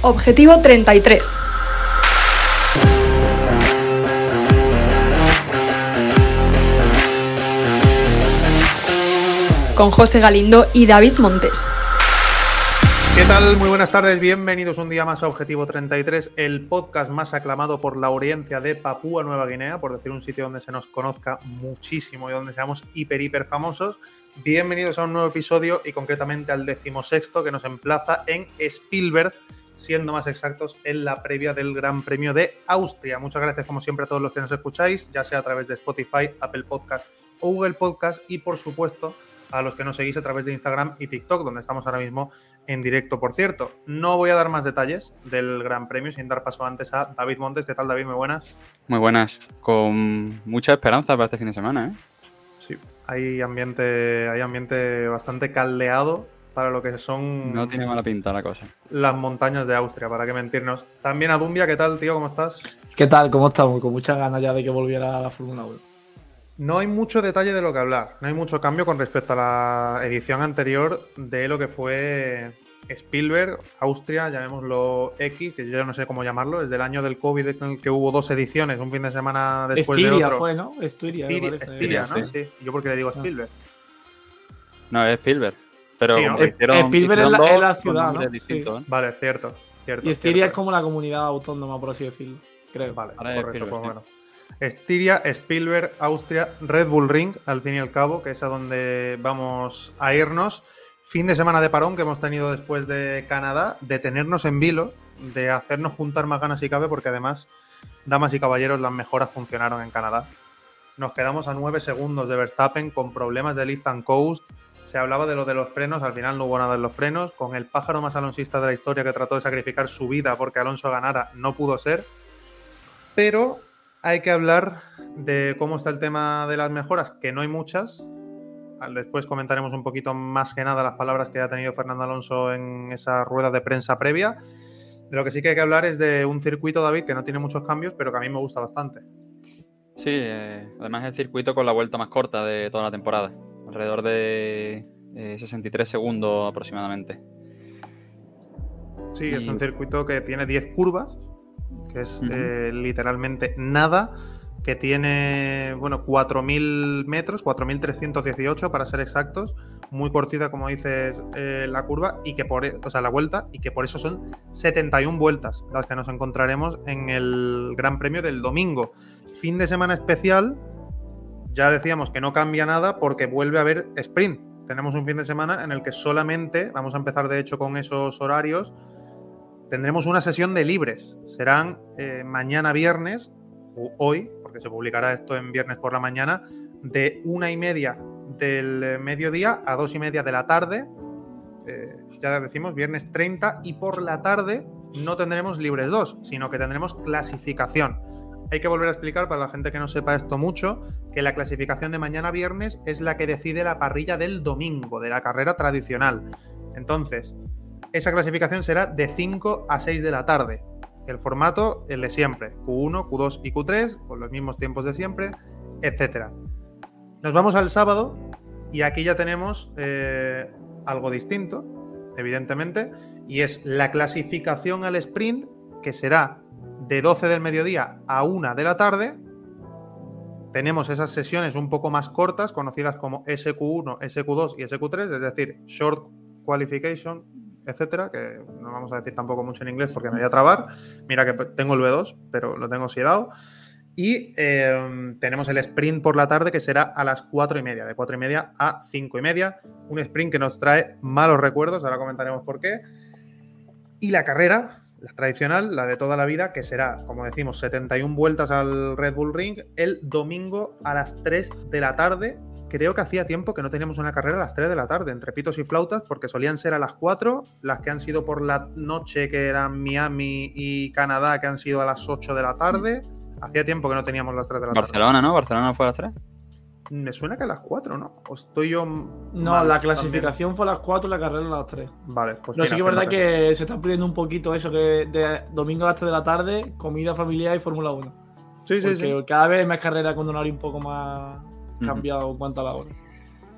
Objetivo 33. Con José Galindo y David Montes. ¿Qué tal? Muy buenas tardes, bienvenidos un día más a Objetivo 33, el podcast más aclamado por la audiencia de Papúa Nueva Guinea, por decir un sitio donde se nos conozca muchísimo y donde seamos hiper famosos. Bienvenidos a un nuevo episodio y concretamente al 16º que nos emplaza en Spielberg, siendo más exactos en la previa del Gran Premio de Austria. Muchas gracias como siempre a todos los que nos escucháis, ya sea a través de Spotify, Apple Podcast o Google Podcast y por supuesto a los que nos seguís a través de Instagram y TikTok, donde estamos ahora mismo en directo, por cierto. No voy a dar más detalles del Gran Premio sin dar paso antes a David Montes. ¿Qué tal, David? Muy buenas. Muy buenas. Con mucha esperanza para este fin de semana, ¿eh? Sí, hay ambiente bastante caldeado para lo que son... No tiene mala pinta la cosa. Las montañas de Austria, para qué mentirnos. También a Dumbia, ¿qué tal, tío? ¿Cómo estás? ¿Qué tal? ¿Cómo estamos? Con muchas ganas ya de que volviera a la Fórmula 1. No hay mucho detalle de lo que hablar, no hay mucho cambio con respecto a la edición anterior de lo que fue Spielberg, Austria, llamémoslo X, que yo no sé cómo llamarlo, es del año del COVID en el que hubo dos ediciones, un fin de semana después de otro. Fue, ¿no? Estiria, ¿no? Sí. Yo porque le digo Spielberg. No, es Spielberg. Pero sí, ¿no? Spielberg es la ciudad, ¿no? Distintos, sí. Vale, cierto. Y Estiria es como la comunidad autónoma, por así decirlo, creo. Vale, ahora correcto, pues bueno. Estiria, Spielberg, Austria, Red Bull Ring, al fin y al cabo, que es a donde vamos a irnos. Fin de semana de parón que hemos tenido después de Canadá, de tenernos en vilo, de hacernos juntar más ganas si cabe, porque además, damas y caballeros, las mejoras funcionaron en Canadá. Nos quedamos a 9 segundos de Verstappen con problemas de lift and coast. Se hablaba de lo de los frenos, al final no hubo nada en los frenos. Con el pájaro más alonsista de la historia que trató de sacrificar su vida porque Alonso ganara, no pudo ser. Pero hay que hablar de cómo está el tema de las mejoras, que no hay muchas. Después comentaremos un poquito más que nada las palabras que ha tenido Fernando Alonso en esa rueda de prensa previa. De lo que sí que hay que hablar es de un circuito, David, que no tiene muchos cambios, pero que a mí me gusta bastante. Sí, además es el circuito con la vuelta más corta de toda la temporada, alrededor de 63 segundos aproximadamente. Sí, es un circuito que tiene 10 curvas, que es literalmente nada, que tiene, 4.000 metros, 4.318 para ser exactos, muy cortita, como dices, la curva, y que la vuelta, y que por eso son 71 vueltas las que nos encontraremos en el Gran Premio del domingo. Fin de semana especial, ya decíamos que no cambia nada porque vuelve a haber sprint. Tenemos un fin de semana en el que solamente, vamos a empezar de hecho con esos horarios, tendremos una sesión de libres. Serán mañana viernes, o hoy, porque se publicará esto en viernes por la mañana, de 1:30 del mediodía a 2:30 de la tarde. Ya decimos, viernes 30, y por la tarde no tendremos libres 2, sino que tendremos clasificación. Hay que volver a explicar, para la gente que no sepa esto mucho, que la clasificación de mañana viernes es la que decide la parrilla del domingo, de la carrera tradicional. Entonces, esa clasificación será de 5 a 6 de la tarde. El formato, el de siempre, Q1, Q2 y Q3, con los mismos tiempos de siempre, etc. Nos vamos al sábado y aquí ya tenemos algo distinto, evidentemente, y es la clasificación al sprint, que será de 12 del mediodía a 1 de la tarde. Tenemos esas sesiones un poco más cortas, conocidas como SQ1, SQ2 y SQ3, es decir, Short Qualification, etcétera, que no vamos a decir tampoco mucho en inglés porque me voy a trabar. Mira que tengo el B2, pero lo tengo oxidado. Y tenemos el sprint por la tarde, que será a las 4:30, de 4:30 a 5:30. Un sprint que nos trae malos recuerdos, ahora comentaremos por qué. Y la carrera, la tradicional, la de toda la vida, que será, como decimos, 71 vueltas al Red Bull Ring el domingo a las 3 de la tarde. Creo que hacía tiempo que no teníamos una carrera a las 3 de la tarde, entre pitos y flautas, porque solían ser a las 4, las que han sido por la noche, que eran Miami y Canadá, que han sido a las 8 de la tarde. Hacía tiempo que no teníamos las 3 de la tarde. Barcelona, ¿no? ¿Barcelona fue a las 3? Me suena que a las 4, ¿no? ¿O estoy yo No, mal? la clasificación fue a las 4 y la carrera a las 3. Vale, pues Pero mira, sí que es verdad que se está perdiendo un poquito eso, que de domingo a las 3 de la tarde, comida familiar y Fórmula 1. Sí. Cada vez hay más carreras con un horario un poco más cambiado en cuanto a la hora.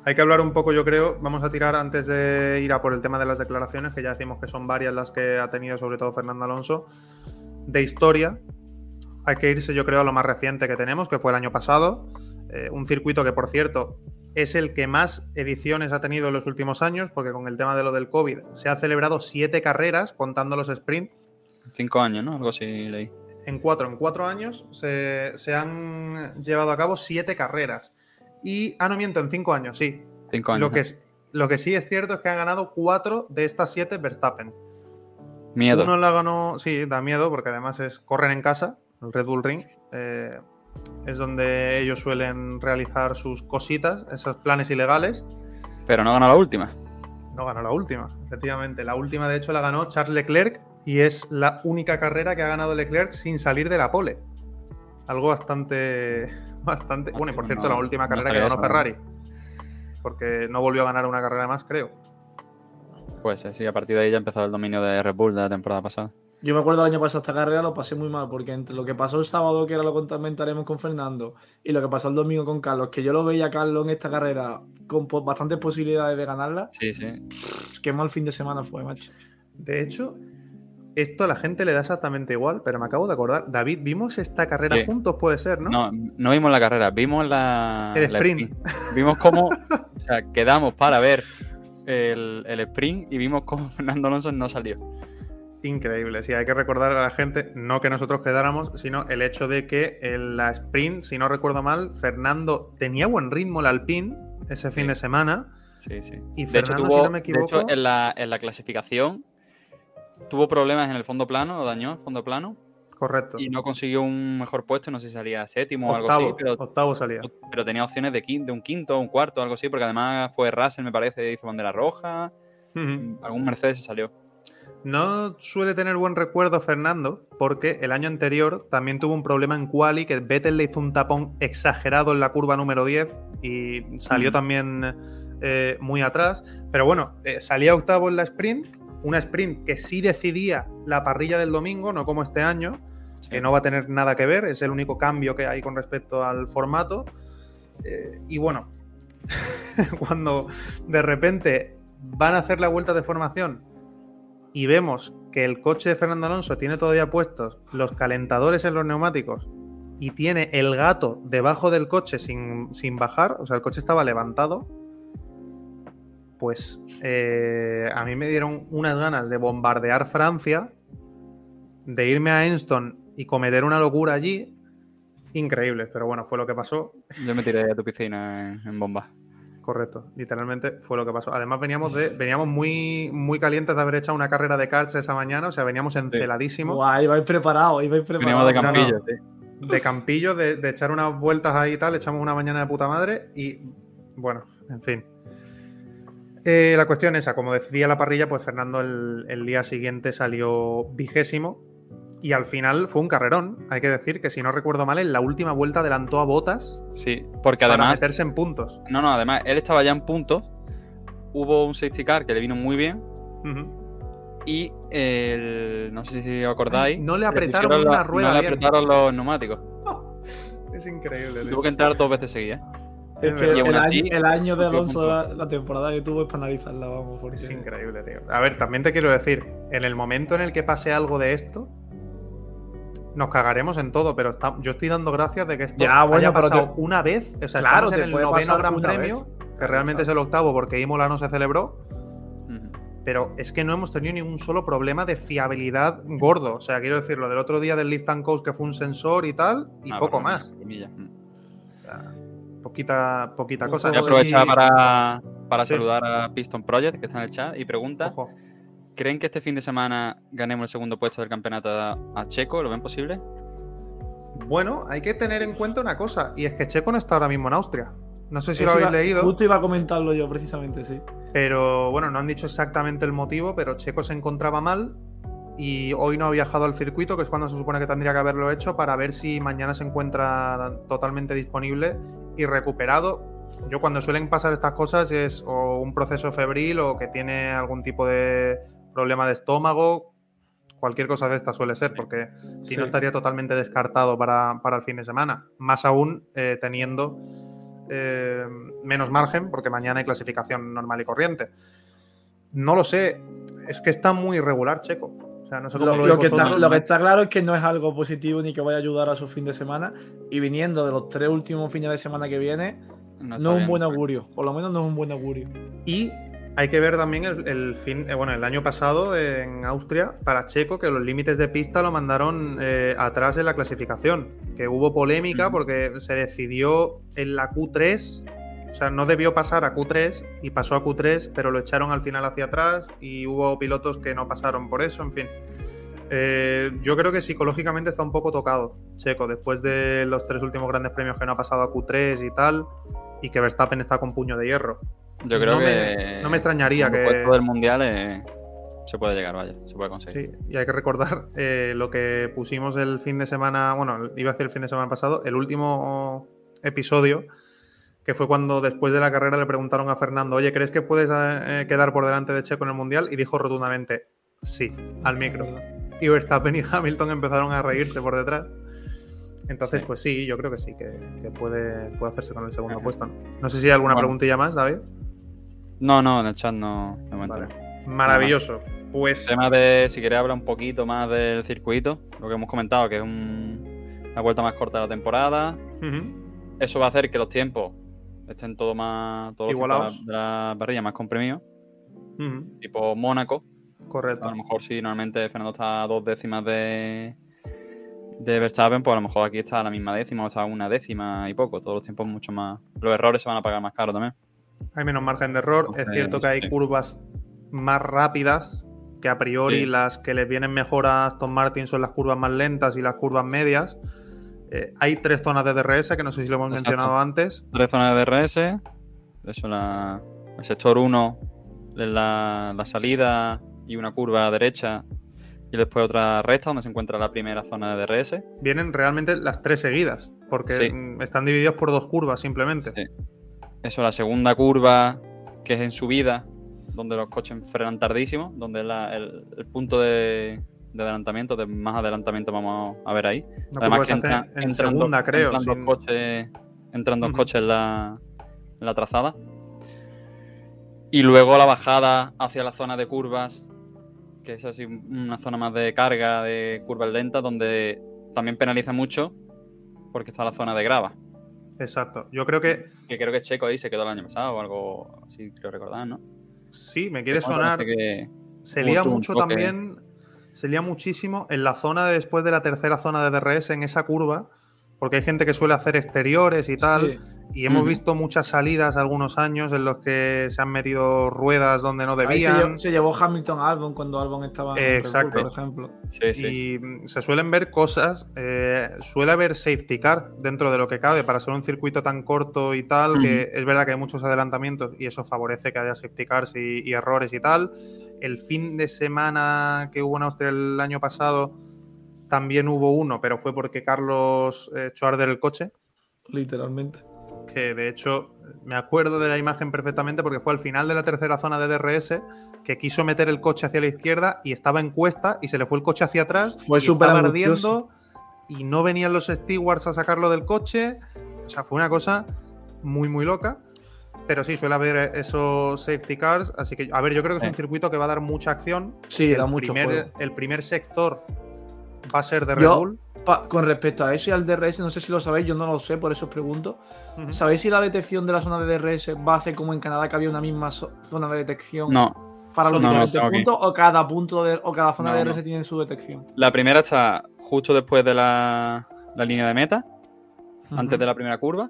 hay que hablar un poco, yo creo, vamos a tirar antes de ir a por el tema de las declaraciones, que ya decimos que son varias las que ha tenido sobre todo Fernando Alonso, de historia. Hay que irse, yo creo, a lo más reciente que tenemos, que fue el año pasado. Un circuito que, por cierto, es el que más ediciones ha tenido en los últimos años, porque con el tema de lo del COVID se ha celebrado 7 carreras, contando los sprints. 5 años, ¿no? Algo así leí. En 4 años se han llevado a cabo 7 carreras. Y, no miento, en 5 años, sí. 5 años. Lo que sí es cierto es que han ganado 4 de estas 7 Verstappen. Miedo. Uno la ganó, sí, da miedo, porque además corren en casa, el Red Bull Ring. Es donde ellos suelen realizar sus cositas, esos planes ilegales. Pero no ganó la última. No ganó la última, efectivamente. La última, de hecho, la ganó Charles Leclerc y es la única carrera que ha ganado Leclerc sin salir de la pole. Algo bastante... Bueno, y por cierto, la última carrera que ganó Ferrari. Porque no volvió a ganar una carrera más, creo. Pues sí, a partir de ahí ya empezó el dominio de Red Bull de la temporada pasada. Yo me acuerdo el año pasado esta carrera lo pasé muy mal, porque entre lo que pasó el sábado, que ahora lo comentaremos con Fernando, y lo que pasó el domingo con Carlos, que yo lo veía a Carlos en esta carrera con bastantes posibilidades de ganarla. Sí, sí. Qué mal fin de semana fue, macho. De hecho, esto a la gente le da exactamente igual, pero me acabo de acordar. David, ¿vimos esta carrera juntos? Puede ser, ¿no? No vimos la carrera, vimos el sprint. Vimos cómo, o sea, quedamos para ver el sprint y vimos cómo Fernando Alonso no salió. Increíble, sí, hay que recordar a la gente, no que nosotros quedáramos, sino el hecho de que en la sprint, si no recuerdo mal, Fernando tenía buen ritmo el Alpine ese fin de semana. Sí, sí. Y Fernando, si no me equivoco... De hecho, en la clasificación tuvo problemas en el fondo plano, lo dañó el fondo plano. Correcto. Y no consiguió un mejor puesto, no sé si salía séptimo o algo así. Octavo salía. Pero tenía opciones de un quinto, un cuarto, algo así, porque además fue Russell, me parece, hizo bandera roja. Algún Mercedes se salió. No suele tener buen recuerdo Fernando, porque el año anterior también tuvo un problema en quali, que Vettel le hizo un tapón exagerado en la curva número 10 y salió también muy atrás. Pero bueno, salía octavo en la sprint, una sprint que sí decidía la parrilla del domingo, no como este año, que no va a tener nada que ver, es el único cambio que hay con respecto al formato. Y bueno, cuando de repente van a hacer la vuelta de formación y vemos que el coche de Fernando Alonso tiene todavía puestos los calentadores en los neumáticos y tiene el gato debajo del coche sin bajar, o sea, el coche estaba levantado, pues a mí me dieron unas ganas de bombardear Francia, de irme a Enston y cometer una locura allí, increíble, pero bueno, fue lo que pasó. Yo me tiré a tu piscina en bomba. Correcto, literalmente fue lo que pasó. Además veníamos muy, muy calientes de haber hecho una carrera de karts esa mañana, o sea, veníamos enceladísimos. Guau, ibais preparados. Veníamos de campillo, sí. De campillo, de echar unas vueltas ahí y tal, echamos una mañana de puta madre y, bueno, en fin. La cuestión esa, como decía la parrilla, pues Fernando el día siguiente salió 20º y al final fue un carrerón. Hay que decir que, si no recuerdo mal, en la última vuelta adelantó a Bottas. Sí, porque además... para meterse en puntos. No, además, él estaba ya en puntos. Hubo un safety car que le vino muy bien. Y no sé si os acordáis. No le apretaron una rueda. No le apretaron los neumáticos. Es increíble. Tuvo que entrar 2 veces seguidas. Es que el año de Alonso, la temporada que tuvo es para analizarla, vamos. Porque... Es increíble, tío. A ver, también te quiero decir, en el momento en el que pase algo de esto, nos cagaremos en todo, pero yo estoy dando gracias de que esto haya pasado una vez. O sea, claro, estamos en el 9º Gran Premio, que realmente es el 8º porque Imola no se celebró. Pero es que no hemos tenido ningún solo problema de fiabilidad gordo. O sea, quiero decir, lo del otro día del Lift and Coast, que fue un sensor y tal, y poco más. O sea, poquita cosa. Voy a aprovechar para saludar a Piston Project, que está en el chat, y pregunta: ojo, ¿creen que este fin de semana ganemos el segundo puesto del campeonato a Checo? ¿Lo ven posible? Bueno, hay que tener en cuenta una cosa, y es que Checo no está ahora mismo en Austria. No sé si lo habéis leído. Justo iba a comentarlo yo, precisamente, sí. Pero bueno, no han dicho exactamente el motivo, pero Checo se encontraba mal y hoy no ha viajado al circuito, que es cuando se supone que tendría que haberlo hecho, para ver si mañana se encuentra totalmente disponible y recuperado. Yo, cuando suelen pasar estas cosas, es o un proceso febril o que tiene algún tipo de problema de estómago. Cualquier cosa de esta suele ser, porque si no estaría totalmente descartado para el fin de semana. Más aún teniendo menos margen, porque mañana hay clasificación normal y corriente. No lo sé, es que está muy irregular Checo. O sea, no sé cómo Lo que está claro es que no es algo positivo ni que vaya a ayudar a su fin de semana. Y viniendo de los 3 últimos fines de semana que viene, no es un buen augurio. Por lo menos no es un buen augurio. Y hay que ver también el año pasado en Austria para Checo, que los límites de pista lo mandaron atrás en la clasificación. Que hubo polémica porque se decidió en la Q3. O sea, no debió pasar a Q3 y pasó a Q3, pero lo echaron al final hacia atrás y hubo pilotos que no pasaron por eso, en fin. Yo creo que psicológicamente está un poco tocado Checo, después de los 3 últimos grandes premios que no ha pasado a Q3 y tal, y que Verstappen está con puño de hierro. Yo creo que no me extrañaría que... el puesto del Mundial se puede llegar, vaya, se puede conseguir. Sí, y hay que recordar lo que pusimos el fin de semana, bueno, iba a decir el fin de semana pasado, el último episodio, que fue cuando después de la carrera le preguntaron a Fernando, oye, ¿crees que puedes quedar por delante de Checo en el Mundial? Y dijo rotundamente, sí, al micro. Y Verstappen y Hamilton empezaron a reírse por detrás. Entonces, pues sí, yo creo que sí, que puede hacerse con el segundo puesto. No sé si hay alguna preguntilla más, David. No, en el chat no. Vale. Maravilloso. Pues... El tema de, si queréis hablar un poquito más del circuito, lo que hemos comentado, que es una vuelta más corta de la temporada. Eso va a hacer que los tiempos estén todos igualados, de la parrilla más comprimidos. Tipo Mónaco. Correcto. A lo mejor si normalmente Fernando está a 2 décimas de Verstappen, pues a lo mejor aquí está a la misma décima o está a 1 décima y poco. Todos los tiempos mucho más... Los errores se van a pagar más caro también. Hay menos margen de error. Entonces, es cierto que hay curvas más rápidas, que a priori las que les vienen mejor a Aston Martin son las curvas más lentas y las curvas medias. Hay 3 zonas de DRS, que no sé si lo hemos mencionado antes. 3 zonas de DRS. Eso, el sector 1, la salida y una curva derecha. Y después otra recta donde se encuentra la primera zona de DRS. Vienen realmente las 3 seguidas, porque están divididos por 2 curvas simplemente. Sí. Eso, la segunda curva, que es en subida, donde los coches frenan tardísimo, donde es el punto de adelantamiento, de más adelantamiento vamos a ver ahí. Además que en segunda, creo. Entran 2 coches en la trazada. Y luego la bajada hacia la zona de curvas, que es así una zona más de carga, de curvas lentas, donde también penaliza mucho porque está la zona de grava. Exacto. Yo creo que Checo ahí se quedó el año pasado o algo así, creo recordar, ¿no? Sí, me quiere sonar. Se lía mucho también. Se lía muchísimo en la zona después de la tercera zona de DRS, en esa curva, porque hay gente que suele hacer exteriores y tal. Sí. Y hemos visto muchas salidas algunos años en los que se han metido ruedas donde no debían. Se llevó Hamilton a Albon cuando Albon estaba en Red Bull, por ejemplo. Sí. Y se suelen ver cosas. Suele haber safety car dentro de lo que cabe para ser un circuito tan corto y tal, que es verdad que hay muchos adelantamientos y eso favorece que haya safety cars y errores y tal. El fin de semana que hubo en Austria el año pasado también hubo uno, pero fue porque Carlos echó a arder el coche. Literalmente. Que de hecho me acuerdo de la imagen perfectamente porque fue al final de la tercera zona de DRS que quiso meter el coche hacia la izquierda y estaba en cuesta y se le fue el coche hacia atrás. Fue súper ardiendo y no venían los stewards a sacarlo del coche. O sea, fue una cosa muy, muy loca. Pero sí, suele haber esos safety cars. Así que, a ver, yo creo que es un circuito que va a dar mucha acción. Sí, da mucho juego. El primer sector va a ser de Red Bull. Con respecto a eso y al DRS, no sé si lo sabéis, yo no lo sé, por eso os pregunto. ¿Sabéis si la detección de la zona de DRS va a hacer como en Canadá, que había una misma zona de detección para los diferentes puntos? ¿O cada punto o cada zona de DRS tiene su detección? La primera está justo después de la línea de meta, antes de la primera curva.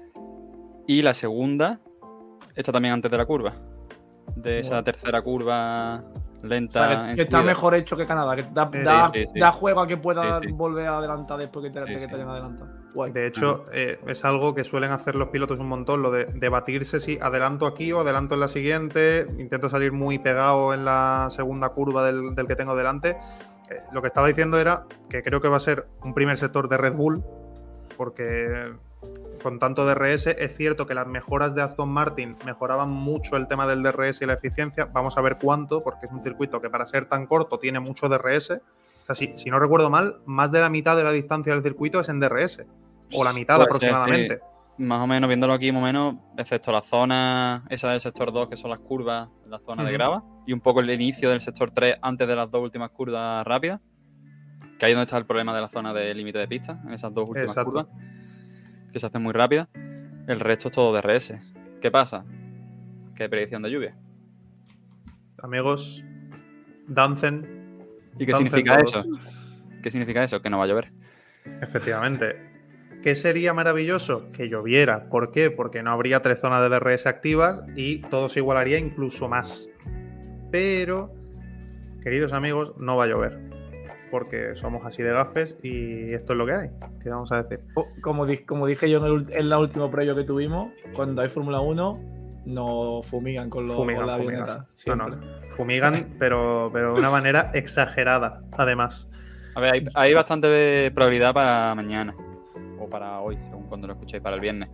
Y la segunda está también antes de la curva. De esa tercera curva lenta. O sea, que está mejor hecho que Canadá, que da juego a que pueda volver a adelantar después que te hayan adelantado. Guay. De hecho, es algo que suelen hacer los pilotos un montón, lo de debatirse si adelanto aquí o adelanto en la siguiente. Intento salir muy pegado en la segunda curva del que tengo delante. Lo que estaba diciendo era que creo que va a ser un primer sector de Red Bull, porque con tanto DRS, es cierto que las mejoras de Aston Martin mejoraban mucho el tema del DRS y la eficiencia. Vamos a ver cuánto, porque es un circuito que para ser tan corto tiene mucho DRS. O sea, si no recuerdo mal, más de la mitad de la distancia del circuito es en DRS. O la mitad aproximadamente. más o menos, viéndolo aquí, más o menos, excepto la zona esa del sector 2, que son las curvas, la zona de grava, y un poco el inicio del sector 3 antes de las dos últimas curvas rápidas, que ahí es donde está el problema de la zona de límite de pista, en esas dos últimas curvas, que se hacen muy rápidas. El resto es todo DRS. ¿Qué pasa? ¿Qué predicción de lluvia? Amigos, dancen. ¿Y qué significa eso? ¿Qué significa eso? Que no va a llover. Efectivamente. ¿Qué sería maravilloso? Que lloviera. ¿Por qué? Porque no habría 3 zonas de DRS activas y todo se igualaría incluso más. Pero, queridos amigos, no va a llover. Porque somos así de gafes y esto es lo que hay. ¿Qué vamos a decir? Como dije yo en la última previo que tuvimos, cuando hay Fórmula 1, no fumigan con la avioneta. No. Fumigan, pero de una manera exagerada, además. A ver, hay bastante probabilidad para mañana. O para hoy, según cuando lo escuchéis, para el viernes.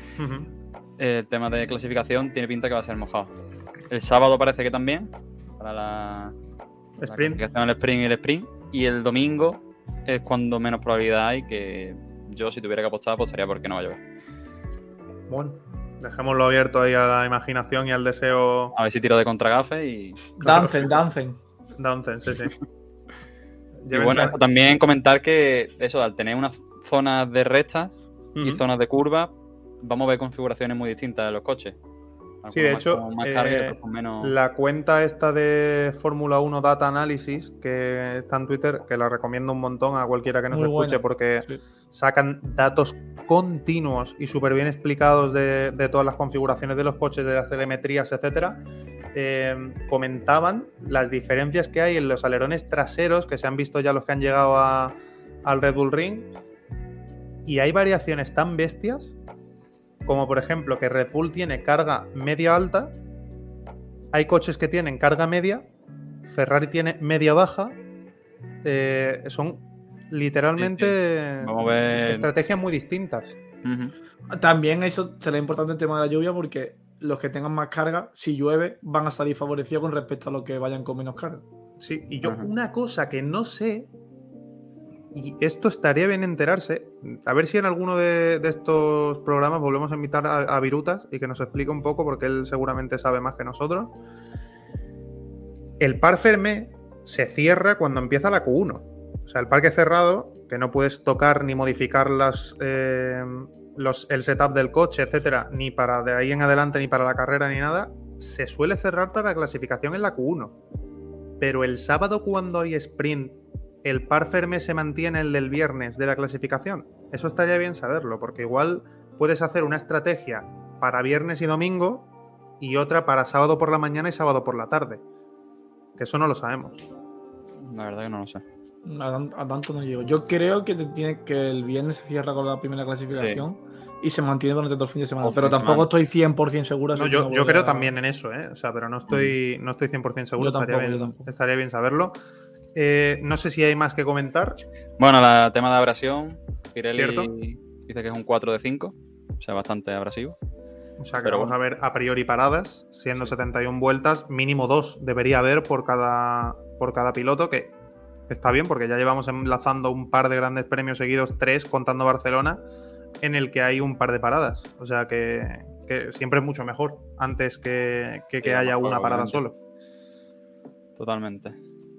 El tema de clasificación tiene pinta que va a ser mojado. El sábado parece que también, para la clasificación, el sprint y el sprint. Y el domingo es cuando menos probabilidad hay, que yo, si tuviera que apostar, apostaría porque no va a llover. Bueno, dejémoslo abierto ahí a la imaginación y al deseo. A ver si tiro de contragafe y... Dancen, sí. Y bueno, eso, también comentar que eso, al tener unas zonas de rectas y zonas de curvas, vamos a ver configuraciones muy distintas de los coches. Sí, de hecho, la cuenta esta de Fórmula 1 Data Analysis, que está en Twitter, que la recomiendo un montón a cualquiera que nos escuche, porque sacan datos continuos y súper bien explicados de todas las configuraciones de los coches, de las telemetrías, etcétera. Comentaban las diferencias que hay en los alerones traseros, que se han visto ya los que han llegado al Red Bull Ring, y hay variaciones tan bestias como por ejemplo que Red Bull tiene carga media alta, hay coches que tienen carga media, Ferrari tiene media baja, son literalmente estrategias muy distintas. También eso será importante el tema de la lluvia, porque los que tengan más carga, si llueve, van a salir favorecidos con respecto a los que vayan con menos carga. Sí, y yo una cosa que no sé, y esto estaría bien enterarse, a ver si en alguno de estos programas volvemos a invitar a Virutas y que nos explique un poco, porque él seguramente sabe más que nosotros. El par fermé se cierra cuando empieza la Q1. O sea, el parque cerrado, que no puedes tocar ni modificar el setup del coche, etcétera, ni para de ahí en adelante, ni para la carrera, ni nada, se suele cerrar para la clasificación en la Q1. Pero el sábado, cuando hay sprint, ¿el par fermé se mantiene el del viernes de la clasificación? Eso estaría bien saberlo, porque igual puedes hacer una estrategia para viernes y domingo y otra para sábado por la mañana y sábado por la tarde. Que eso no lo sabemos. La verdad que no lo sé. A tanto no llego. Yo creo que el viernes se cierra con la primera clasificación y se mantiene durante todo el fin de semana. Pero tampoco estoy 100% seguro. No, yo creo también en eso, ¿eh? O sea, pero no estoy 100% seguro. Estaría bien saberlo. No sé si hay más que comentar. Bueno, el tema de abrasión. Pirelli dice que es un 4 de 5. O sea, bastante abrasivo. O sea, que vamos a ver a priori paradas, siendo 71 vueltas, mínimo 2 debería haber por cada piloto, que está bien porque ya llevamos enlazando un par de grandes premios seguidos, 3 contando Barcelona, en el que hay un par de paradas. O sea que siempre es mucho mejor antes que haya una parada solo. Totalmente.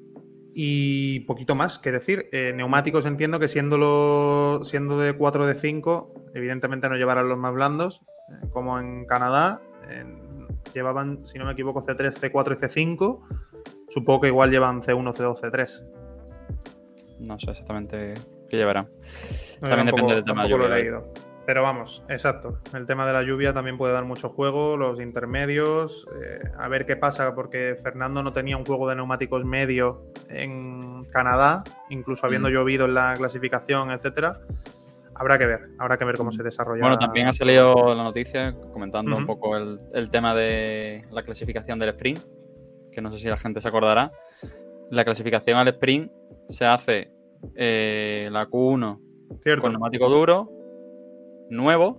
Y poquito más que decir. Neumáticos entiendo que siendo de 4 de 5, evidentemente no llevarán los más blandos, como en Canadá. Llevaban, si no me equivoco, C3, C4 y C5. Supongo que igual llevan C1, C2, C3. No sé exactamente qué llevarán. No, también depende del tema de lluvia. Lo he leído. Pero vamos, exacto. El tema de la lluvia también puede dar mucho juego, los intermedios. A ver qué pasa, porque Fernando no tenía un juego de neumáticos medio en Canadá, incluso habiendo llovido en la clasificación, etcétera. Habrá que ver cómo se desarrolla. Bueno, también ha salido la noticia comentando un poco el tema de la clasificación del sprint, que no sé si la gente se acordará. La clasificación al sprint se hace la Q1 con neumático duro nuevo,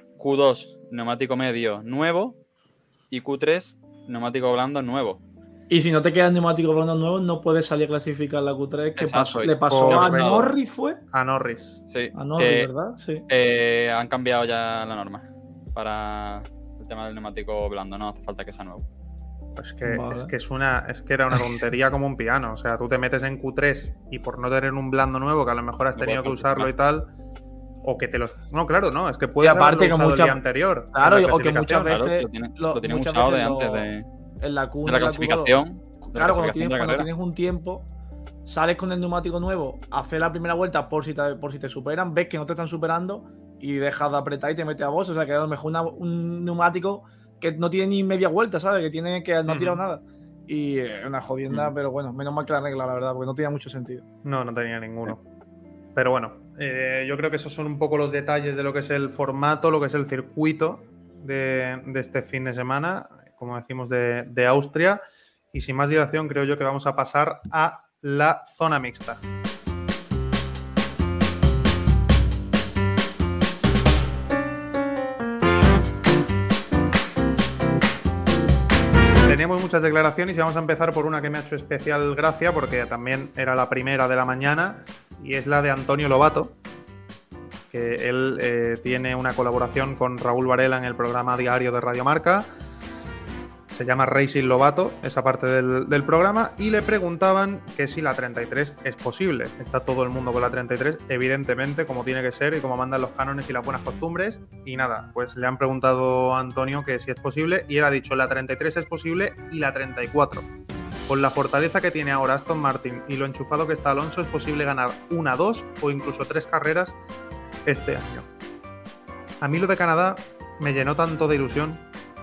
Q2 neumático medio nuevo y Q3 neumático blando nuevo. Y si no te quedan neumáticos blandos nuevos, no puedes salir a clasificar la Q3. Que le pasó a Norris, ¿fue? A Norris. Sí. A Norris, ¿verdad? Sí. Han cambiado ya la norma para el tema del neumático blando. No hace falta que sea nuevo. Pues que, vale. es que era una tontería como un piano. O sea, tú te metes en Q3 y por no tener un blando nuevo, que a lo mejor has tenido que usarlo y tal, o que te los... No, claro, no, es que puedes haberlo usado el día anterior. Claro, o que muchas veces... Lo tienen usado de antes de la Q1, de la clasificación. Claro, cuando tienes un tiempo, sales con el neumático nuevo, haces la primera vuelta por si te superan, ves que no te están superando y dejas de apretar y te metes a vos. O sea, que a lo mejor un neumático que no tiene ni media vuelta, ¿sabes? Que no ha tirado nada. Y una jodienda, pero bueno, menos mal que la regla, la verdad, porque no tenía mucho sentido. No tenía ninguno. Pero bueno, yo creo que esos son un poco los detalles de lo que es el formato, lo que es el circuito de este fin de semana, como decimos, de Austria. Y sin más dilación, creo yo que vamos a pasar a la zona mixta. Teníamos muchas declaraciones y vamos a empezar por una que me ha hecho especial gracia porque también era la primera de la mañana y es la de Antonio Lobato, que él tiene una colaboración con Raúl Varela en el programa diario de Radio Marca. Se llama Racing Lobato, esa parte del programa, y le preguntaban que si la 33 es posible. Está todo el mundo con la 33, evidentemente, como tiene que ser y como mandan los cánones y las buenas costumbres. Y nada, pues le han preguntado a Antonio que si es posible, y él ha dicho la 33 es posible y la 34. Con la fortaleza que tiene ahora Aston Martin y lo enchufado que está Alonso, es posible ganar 1, 2 o incluso 3 carreras este año. A mí lo de Canadá me llenó tanto de ilusión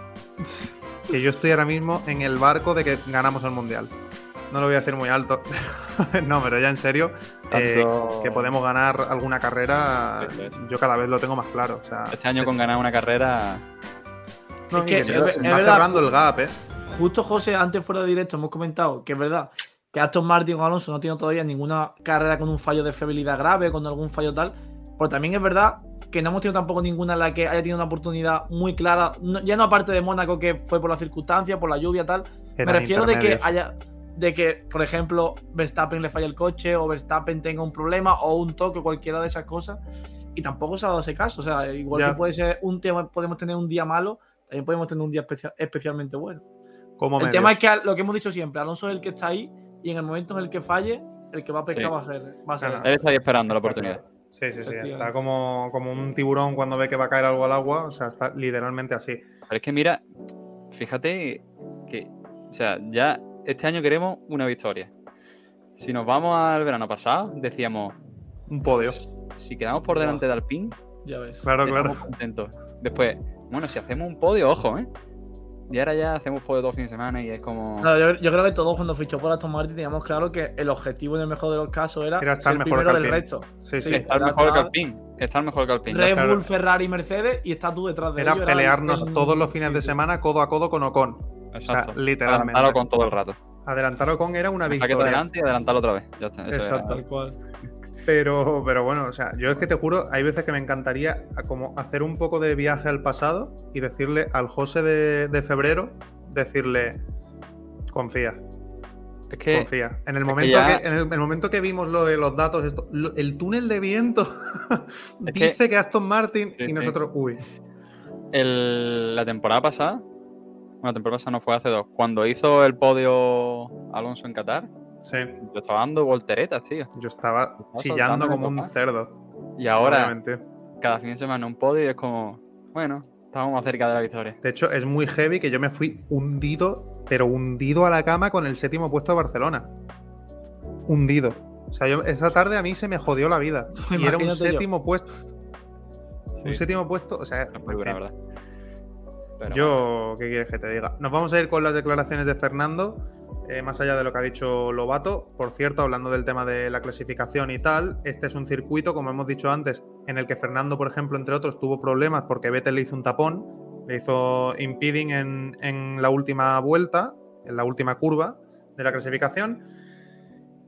que yo estoy ahora mismo en el barco de que ganamos el Mundial. No lo voy a hacer muy alto. No, pero ya en serio, que podemos ganar alguna carrera, yo cada vez lo tengo más claro. O sea, este año con ganar una carrera... No, es que se está cerrando el gap, Justo, José, antes fuera de directo hemos comentado que es verdad que Aston Martin o Alonso no tienen todavía ninguna carrera con un fallo de fiabilidad grave, con algún fallo tal, pero también es verdad que no hemos tenido tampoco ninguna en la que haya tenido una oportunidad muy clara, ya no aparte de Mónaco, que fue por las circunstancias, por la lluvia, tal. Me refiero de que, por ejemplo, Verstappen le falla el coche, o Verstappen tenga un problema, o un toque, cualquiera de esas cosas, y tampoco se ha dado ese caso. O sea, igual que puede ser podemos tener un día malo, también podemos tener un día especialmente bueno. El tema es que lo que hemos dicho siempre, Alonso es el que está ahí, y en el momento en el que falle, el que va a pescar va a ser él está ahí esperando la oportunidad. Sí, está como un tiburón cuando ve que va a caer algo al agua, o sea, está literalmente así. Pero es que mira, fíjate que, o sea, ya este año queremos una victoria. Si nos vamos al verano pasado, decíamos un podio. Si quedamos por delante de Alpine, ya ves. Claro. Estamos contentos. Después, bueno, si hacemos un podio, ojo, Y ahora ya hacemos podio todo fin de semana y es como... No, yo creo que todos cuando fichó por Aston Martin teníamos claro que el objetivo en el mejor de los casos era estar ser primero del resto. Sí. Estar mejor que Alpine. Estar mejor que Alpine. Red Bull, Ferrari, Mercedes y estás tú detrás de ellos. Era pelearnos todos los fines de semana codo a codo con Ocon. Exacto. O sea, literalmente. Adelantar Ocon todo el rato. Adelantar Ocon era una victoria. Saque adelante y adelantarlo otra vez. Ya está. Exacto. Tal cual. Pero bueno, o sea, yo es que te juro, hay veces que me encantaría como hacer un poco de viaje al pasado y decirle al José de febrero, decirle, confía. Es que, confía. En el momento en el momento que vimos lo de los datos, el túnel de viento dice que Aston Martin y nosotros, la temporada pasada, bueno, la temporada pasada no fue hace 2, cuando hizo el podio Alonso en Qatar, yo estaba dando volteretas, tío. Yo estaba chillando como un cerdo. Y ahora, cada fin de semana un podio y es como, bueno, estamos más cerca de la victoria. De hecho, es muy heavy que yo me fui hundido, pero hundido a la cama con el 7º puesto de Barcelona. Hundido. O sea, esa tarde a mí se me jodió la vida. Y era un 7º puesto. Un 7º puesto, o sea, muy buena, verdad. Pero ¿qué quieres que te diga? Nos vamos a ir con las declaraciones de Fernando, más allá de lo que ha dicho Lobato. Por cierto, hablando del tema de la clasificación y tal, este es un circuito, como hemos dicho antes, en el que Fernando, por ejemplo, entre otros, tuvo problemas porque Vettel le hizo un tapón, le hizo impeding en la última vuelta, en la última curva de la clasificación.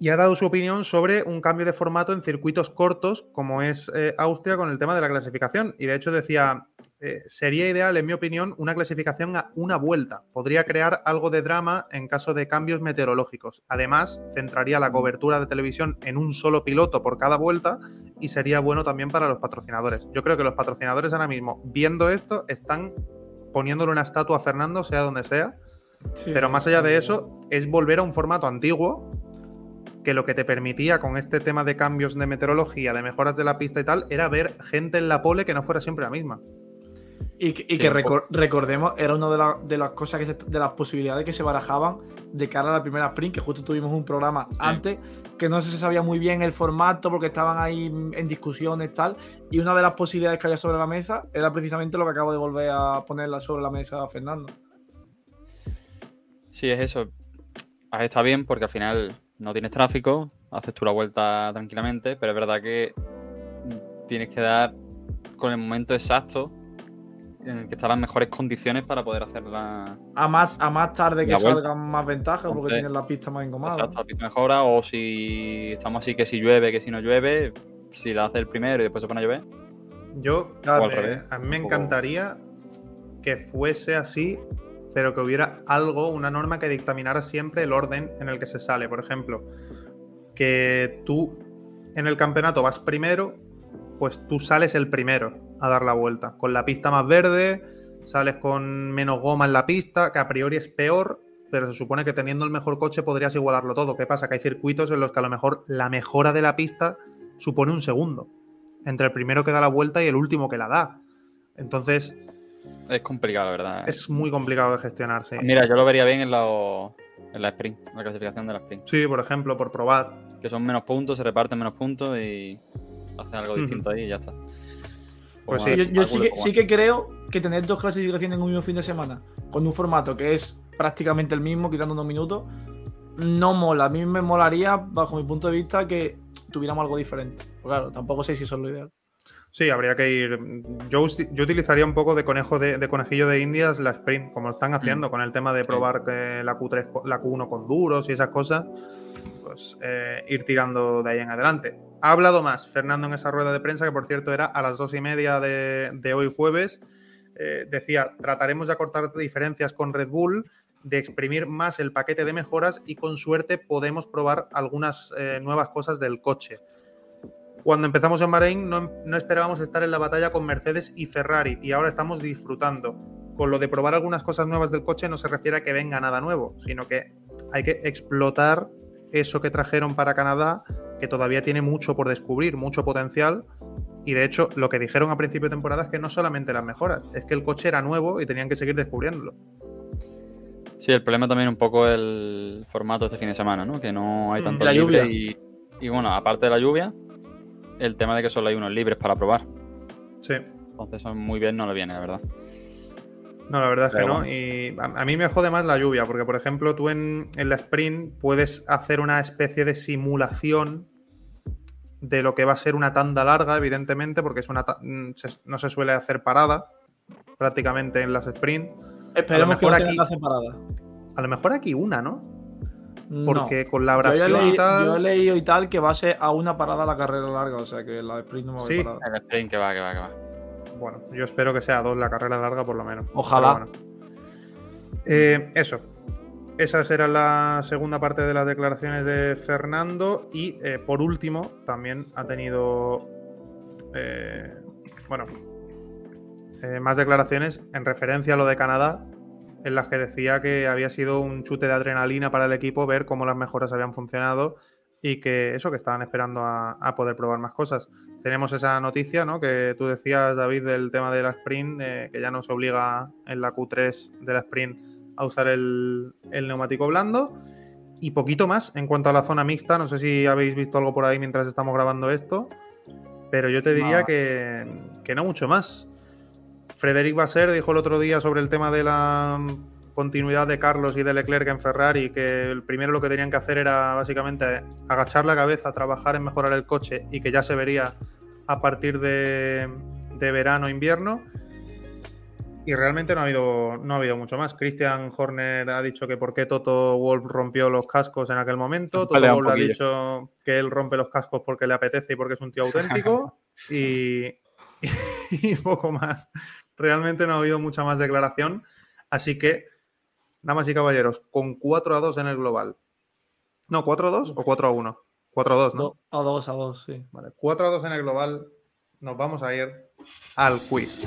Y ha dado su opinión sobre un cambio de formato en circuitos cortos, como es Austria, con el tema de la clasificación. Y de hecho decía, sería ideal, en mi opinión, una clasificación a una vuelta. Podría crear algo de drama en caso de cambios meteorológicos. Además, centraría la cobertura de televisión en un solo piloto por cada vuelta y sería bueno también para los patrocinadores. Yo creo que los patrocinadores ahora mismo, viendo esto, están poniéndole una estatua a Fernando, sea donde sea. Sí, pero más allá de eso, es volver a un formato antiguo que lo que te permitía con este tema de cambios de meteorología, de mejoras de la pista y tal, era ver gente en la pole que no fuera siempre la misma. Y que recordemos, era una de las cosas, de las posibilidades que se barajaban de cara a la primera sprint, que justo tuvimos un programa antes, que no se sabía muy bien el formato porque estaban ahí en discusiones tal, y una de las posibilidades que había sobre la mesa era precisamente lo que acabo de volver a ponerla sobre la mesa a Fernando. Sí, es eso. Está bien porque al final no tienes tráfico, haces tú la vuelta tranquilamente, pero es verdad que tienes que dar con el momento exacto en el que están las mejores condiciones para poder hacerla a más tarde que salgan más ventajas. Entonces, porque tienes la pista más engomada. Exacto, la pista mejora, o si estamos así que si llueve, que si no llueve, si la hace el primero y después se pone a llover. A mí me encantaría que fuese así, pero que hubiera una norma que dictaminara siempre el orden en el que se sale. Por ejemplo, que tú en el campeonato vas primero, pues tú sales el primero a dar la vuelta. Con la pista más verde, sales con menos goma en la pista, que a priori es peor, pero se supone que teniendo el mejor coche podrías igualarlo todo. ¿Qué pasa? Que hay circuitos en los que a lo mejor la mejora de la pista supone un segundo entre el primero que da la vuelta y el último que la da. Entonces... es complicado, la verdad. Es muy complicado de gestionar, sí. Mira, yo lo vería bien en la sprint, en la clasificación de la sprint. Sí, por ejemplo, por probar. Que son menos puntos, se reparten menos puntos y hacen algo distinto ahí y ya está. Pues sí, yo sí que creo que tener dos clasificaciones en un mismo fin de semana, con un formato que es prácticamente el mismo, quitando unos minutos, no mola. A mí me molaría, bajo mi punto de vista, que tuviéramos algo diferente. Pero claro, tampoco sé si eso es lo ideal. Sí, habría que ir. Yo utilizaría un poco de conejillo de Indias la sprint, como están haciendo con el tema de probar que la Q3, la Q1 con duros y esas cosas, pues ir tirando de ahí en adelante. Ha hablado más Fernando en esa rueda de prensa, que por cierto era a las 2:30 de hoy jueves. Decía, trataremos de acortar diferencias con Red Bull, de exprimir más el paquete de mejoras y con suerte podemos probar algunas nuevas cosas del coche. Cuando empezamos en Bahrein no esperábamos estar en la batalla con Mercedes y Ferrari y ahora estamos disfrutando. Con lo de probar algunas cosas nuevas del coche no se refiere a que venga nada nuevo, sino que hay que explotar eso que trajeron para Canadá, que todavía tiene mucho por descubrir, mucho potencial. Y de hecho, lo que dijeron a principio de temporada es que no solamente las mejoras, es que el coche era nuevo y tenían que seguir descubriéndolo. Sí, el problema también un poco el formato este fin de semana, ¿no? Que no hay tanto la libre lluvia. Y bueno, aparte de la lluvia, el tema de que solo hay unos libres para probar. Sí. Entonces eso muy bien no le viene, la verdad. No, la verdad es que no. Y a mí me jode más la lluvia, porque por ejemplo tú en la sprint puedes hacer una especie de simulación de lo que va a ser una tanda larga, evidentemente, porque no se suele hacer parada prácticamente en las sprint. Esperemos que no tengan que hacer parada. A lo mejor aquí una, ¿no? Porque con la abrasión y tal... Yo he leído y tal que va a ser a una parada la carrera larga, o sea que la sprint no va a haber parada. El sprint que va. Bueno, yo espero que sea a 2 la carrera larga por lo menos. Ojalá. Bueno. Eso. Esa será la segunda parte de las declaraciones de Fernando. Y por último, también ha tenido más declaraciones en referencia a lo de Canadá, en las que decía que había sido un chute de adrenalina para el equipo ver cómo las mejoras habían funcionado y que estaban esperando a poder probar más cosas. Tenemos esa noticia, ¿no?, que tú decías, David, del tema de la sprint, que ya no se obliga en la Q3 de la sprint a usar el neumático blando. Y poquito más en cuanto a la zona mixta. No sé si habéis visto algo por ahí mientras estamos grabando esto, pero yo te diría que no mucho más. Frédéric Vasseur dijo el otro día sobre el tema de la continuidad de Carlos y de Leclerc en Ferrari, que el primero lo que tenían que hacer era básicamente agachar la cabeza, trabajar en mejorar el coche y que ya se vería a partir de verano, invierno. Y realmente no ha habido mucho más. Christian Horner ha dicho que por qué Toto Wolff rompió los cascos en aquel momento. Toto Wolff ha dicho que él rompe los cascos porque le apetece y porque es un tío auténtico. y poco más. Realmente no ha habido mucha más declaración. Así que, damas y caballeros, con 4-2 en el global. No, 4-2 o 4-1. 4-2, ¿no? A 2, sí. Vale, 4-2 en el global. Nos vamos a ir al quiz.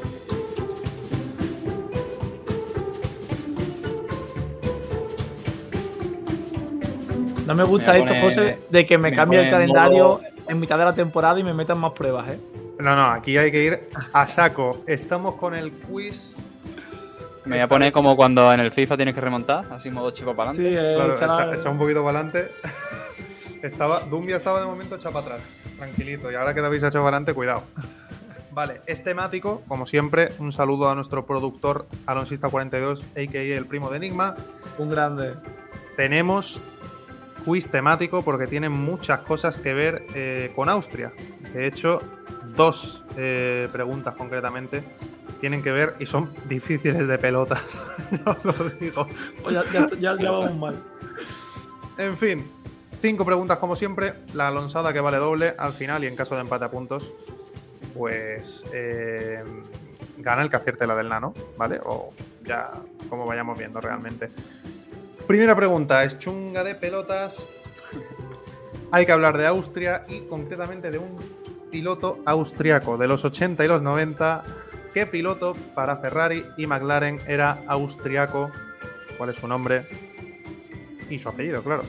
No me gusta esto, José, de que me cambie el calendario en mitad de la temporada y me metan más pruebas, ¿eh? No, aquí hay que ir a saco. Estamos con el quiz. Me voy a poner como cuando en el FIFA tienes que remontar, así modo chico para adelante. Sí, claro, echa un poquito para adelante. Dumbia estaba de momento echado para atrás, tranquilito. Y ahora que te habéis echado para adelante, cuidado. Vale, es temático, como siempre. Un saludo a nuestro productor Alonsista42, a.k.a. el primo de Enigma. Un grande. Tenemos quiz temático porque tiene muchas cosas que ver con Austria. De hecho, 2 preguntas concretamente tienen que ver y son difíciles de pelotas. Ya os lo digo. Ya vamos mal. En fin, 5 preguntas como siempre. La alonsada que vale doble al final y en caso de empate a puntos, pues gana el que acierte la del nano, ¿vale? O ya como vayamos viendo realmente. Primera pregunta, es chunga de pelotas. Hay que hablar de Austria y concretamente de un piloto austriaco de los 80 y los 90. ¿Qué piloto para Ferrari y McLaren era austriaco? ¿Cuál es su nombre? Y su apellido, claro.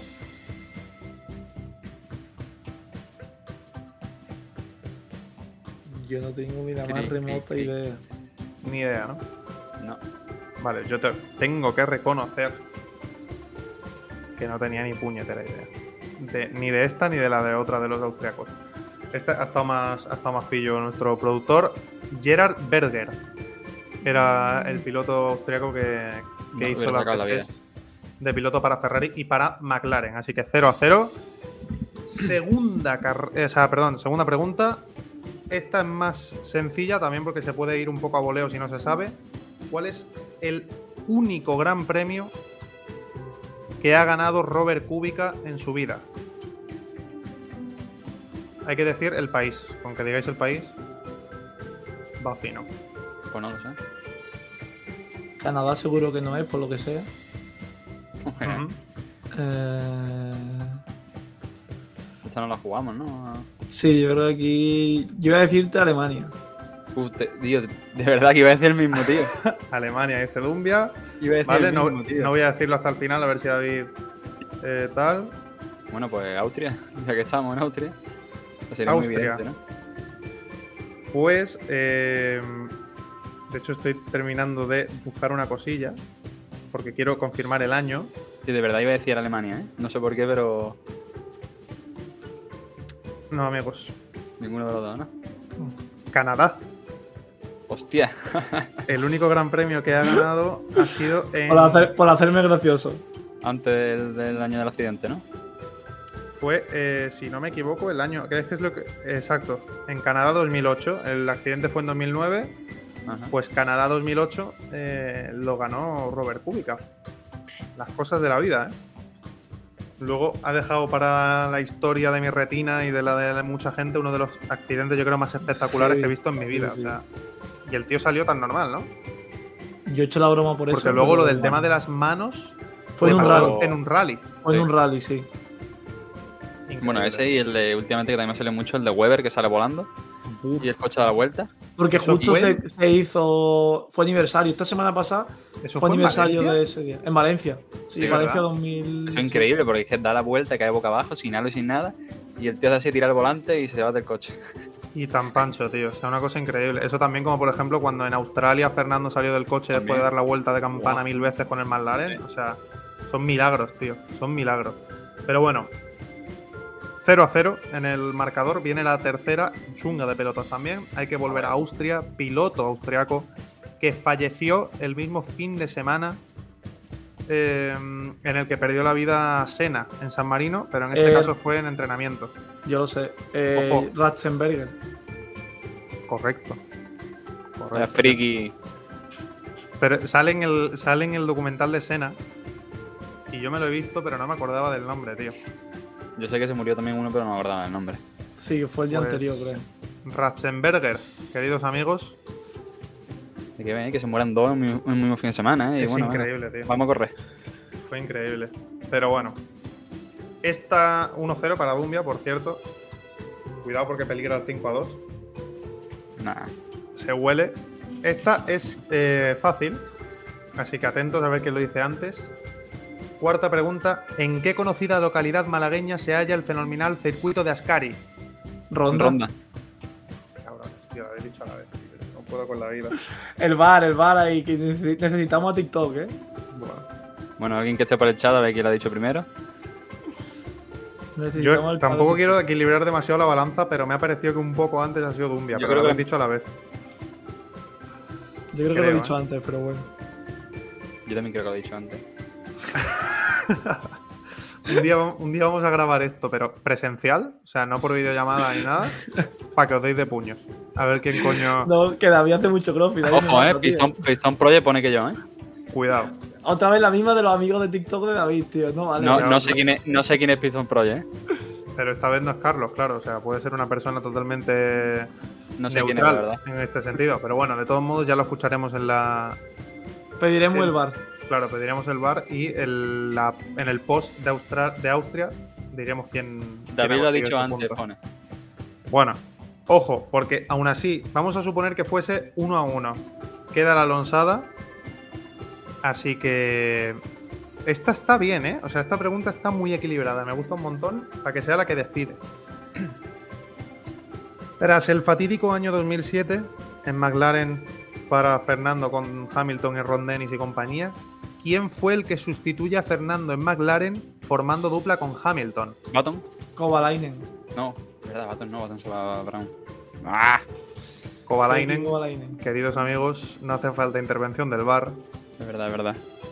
Yo no tengo ni la más remota idea. Ni idea, ¿no? No. Vale, yo tengo que reconocer que no tenía ni puñetera idea. Ni de esta ni de la de otra de los austriacos. Esta ha estado más pillo nuestro productor. Gerhard Berger era el piloto austriaco que hizo las veces de piloto para Ferrari y para McLaren. Así que 0-0. Segunda pregunta. Esta es más sencilla también porque se puede ir un poco a voleo si no se sabe. ¿Cuál es el único gran premio que ha ganado Robert Kubica en su vida? Hay que decir el país. Con que digáis el país, va fino. Pues no lo sé. Canadá seguro que no es, por lo que sea. Esta no la jugamos, ¿no? Sí, yo creo que aquí... Yo iba a decirte Alemania. Tío, de verdad que iba a decir el mismo, tío. Alemania, dice Dumbia. Iba a decir vale, el mismo, tío. No voy a decirlo hasta el final, a ver si David tal. Bueno, pues Austria, ya que estamos en Austria. Sería Austria. Muy evidente, ¿no? Pues, de hecho estoy terminando de buscar una cosilla, porque quiero confirmar el año. Sí, de verdad iba a decir Alemania, ¿eh? No sé por qué, pero... No, amigos. Ninguno de los dos, ¿no? Canadá. Hostia. El único gran premio que ha ganado ha sido en... Por hacerme gracioso. Antes del año del accidente, ¿no? Fue, si no me equivoco, el año... ¿Qué es lo que...? Exacto. En Canadá 2008. El accidente fue en 2009. Ajá. Pues Canadá 2008 lo ganó Robert Kubica. Las cosas de la vida, ¿eh? Luego ha dejado para la historia de mi retina y de la de mucha gente uno de los accidentes, yo creo, más espectaculares que he visto en mi vida. Sí. O sea, y el tío salió tan normal, ¿no? Yo he hecho la broma por eso. Porque luego lo del tema de las manos fue en un rally. Fue en un rally, sí. Increíble. Bueno, ese y el de últimamente que también me salió mucho, el de Weber, que sale volando. Uf. Y el coche da la vuelta. Porque justo se hizo... Fue aniversario. Esta semana pasada fue aniversario de ese día. En Valencia. Sí, Valencia 2000. Eso es increíble porque es que da la vuelta, cae boca abajo, sin halo y sin nada. Y el tío hace así, tira el volante y se va del coche. Y tan pancho, tío. O sea, una cosa increíble. Eso también como, por ejemplo, cuando en Australia Fernando salió del coche también. Después de dar la vuelta de campana 1000 veces con el McLaren. Sí. O sea, son milagros, tío. Son milagros. Pero bueno... 0-0 en el marcador, viene la tercera chunga de pelotas también. Hay que volver a Austria, piloto austriaco que falleció el mismo fin de semana en el que perdió la vida Senna en San Marino, pero en este caso fue en entrenamiento. Yo lo sé, Ratzenberger. Correcto. La friki. Pero sale en el documental de Senna. Y yo me lo he visto, pero no me acordaba del nombre, tío. Yo sé que se murió también uno, pero no me acordaba del nombre. Sí, fue el día anterior, creo. Ratzenberger, queridos amigos. Hay que ver que se mueran dos en un mismo fin de semana, ¿eh? Es increíble, tío. Vamos a correr. Fue increíble. Pero bueno. Esta 1-0 para Dumbia, por cierto. Cuidado porque peligra el 5-2. Nah. Se huele. Esta es fácil. Así que atentos a ver quién lo dice antes. Cuarta pregunta. ¿En qué conocida localidad malagueña se halla el fenomenal circuito de Ascari? Ronda. Cabrón, tío, lo habéis dicho a la vez. No puedo con la vida. El bar ahí, que necesitamos a TikTok, ¿eh? Bueno, alguien que esté por el chat a ver quién lo ha dicho primero. Yo tampoco quiero equilibrar demasiado la balanza, pero me ha parecido que un poco antes ha sido Dumbia, pero lo he dicho a la vez. Yo creo que lo he dicho antes, pero bueno. Yo también creo que lo he dicho antes. Un día vamos a grabar esto, pero presencial, o sea, no por videollamada ni nada, para que os deis de puños. A ver quién coño... No, que David hace mucho crossfit. Ojo, Piston Project pone que yo, Cuidado. Otra vez la misma de los amigos de TikTok de David, tío. No, vale. No sé quién es Piston Project, Pero esta vez no es Carlos, claro. O sea, puede ser una persona totalmente no sé neutral quién es, la verdad. En este sentido. Pero bueno, de todos modos ya lo escucharemos en la... Pediremos el bar. Claro, pediremos el bar y en el post de Austria diremos quién... David lo ha dicho antes, pone. Bueno, ojo, porque aún así, vamos a suponer que fuese 1-1. Queda la lonsada. Así que esta está bien, ¿eh? O sea, esta pregunta está muy equilibrada. Me gusta un montón para que sea la que decide. Tras el fatídico año 2007, en McLaren para Fernando con Hamilton y Ron Dennis y compañía, ¿quién fue el que sustituye a Fernando en McLaren formando dupla con Hamilton? ¿Button? Kovalainen. No, verdad, Button se va a Brown. Kovalainen. Queridos amigos, no hace falta intervención del VAR. Es verdad.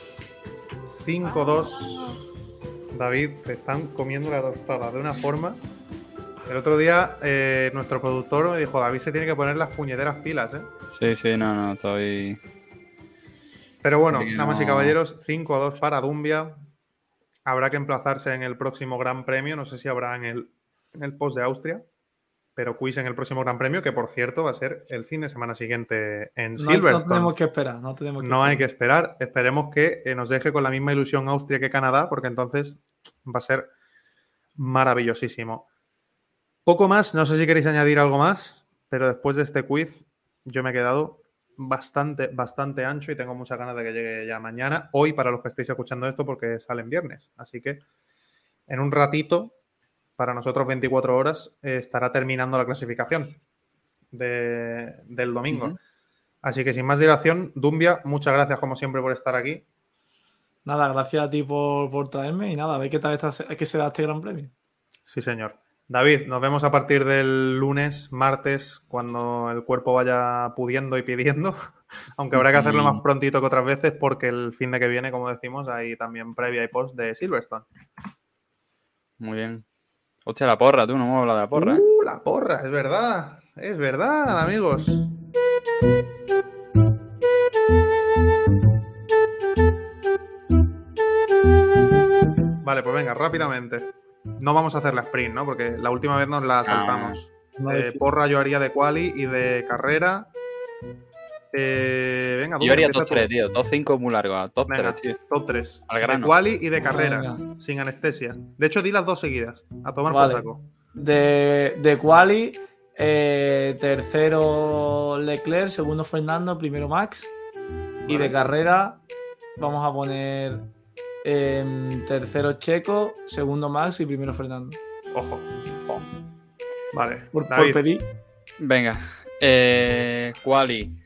5-2. David, te están comiendo la tostada de una forma. El otro día nuestro productor me dijo, David se tiene que poner las puñeteras pilas, ¿eh? Sí, no, estoy... Pero bueno, damas y caballeros, 5-2 para Dumbia. Habrá que emplazarse en el próximo Gran Premio. No sé si habrá en el post de Austria. Pero quiz en el próximo Gran Premio, que por cierto va a ser el fin de semana siguiente en Silverstone. No tenemos que esperar. No hay que esperar. Esperemos que nos deje con la misma ilusión Austria que Canadá, porque entonces va a ser maravillosísimo. Poco más, no sé si queréis añadir algo más, pero después de este quiz yo me he quedado bastante ancho y tengo muchas ganas de que llegue ya mañana. Hoy, para los que estéis escuchando esto, porque salen viernes. Así que en un ratito, para nosotros 24 horas, estará terminando la clasificación del domingo. Uh-huh. Así que sin más dilación, Dumbia, muchas gracias como siempre por estar aquí. Nada, gracias a ti por traerme y nada, a ver qué tal que se da este Gran Premio. Sí, señor. David, nos vemos a partir del lunes, martes, cuando el cuerpo vaya pudiendo y pidiendo, aunque habrá que hacerlo más prontito que otras veces porque el fin de que viene, como decimos, hay también previa y post de Silverstone. Muy bien. Hostia, la porra, tú no me hablas de la porra. La porra, es verdad, amigos. Vale, pues venga, rápidamente. No vamos a hacer la sprint, ¿no? Porque la última vez nos la saltamos. Porra yo haría de quali y de carrera. Venga, yo haría top 3, tío. Top 5 es muy largo. Top 3, tío. Top 3. Al grano. De quali y de carrera. Sin anestesia. De hecho, di las dos seguidas. A tomar por saco. De quali, tercero Leclerc, segundo Fernando, primero Max. Vale. Y de carrera vamos a poner tercero Checo, segundo Max y primero Fernando. Ojo. Vale. Por pedir. Venga. Quali.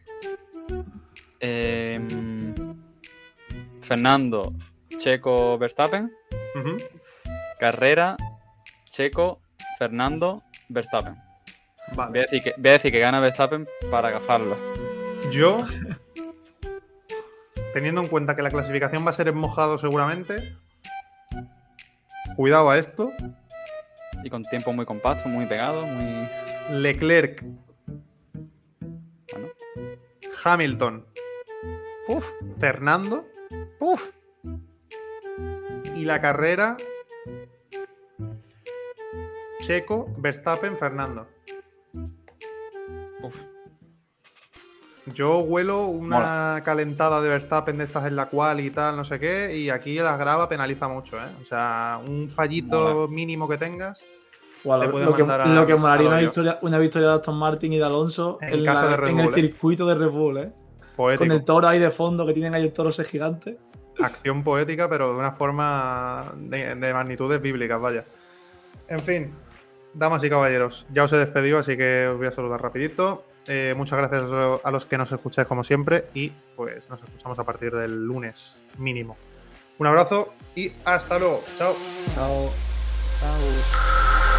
Fernando, Checo, Verstappen. Uh-huh. Carrera, Checo, Fernando, Verstappen. Vale. Voy a decir que gana Verstappen para agafarlo. Yo, teniendo en cuenta que la clasificación va a ser en mojado seguramente, cuidado a esto. Y con tiempo muy compacto, muy pegado, muy... Leclerc. Bueno. Hamilton. Fernando. Y la carrera Checo, Verstappen, Fernando. Yo huelo una calentada de Verstappen de estas en la cual y tal, no sé qué, y aquí la grava penaliza mucho, ¿eh? O sea, un fallito mínimo que tengas te puede mandar lo que molaría una victoria de Aston Martin y de Alonso en el circuito de Red Bull, ¿eh? Poético. Con el toro ahí de fondo, que tienen ahí el toro ese gigante. Acción poética, pero de una forma de magnitudes bíblicas, vaya. En fin, damas y caballeros, ya os he despedido, así que os voy a saludar rapidito. Muchas gracias a los que nos escucháis como siempre y pues nos escuchamos a partir del lunes mínimo. Un abrazo y hasta luego. Chao. Chao. Chao.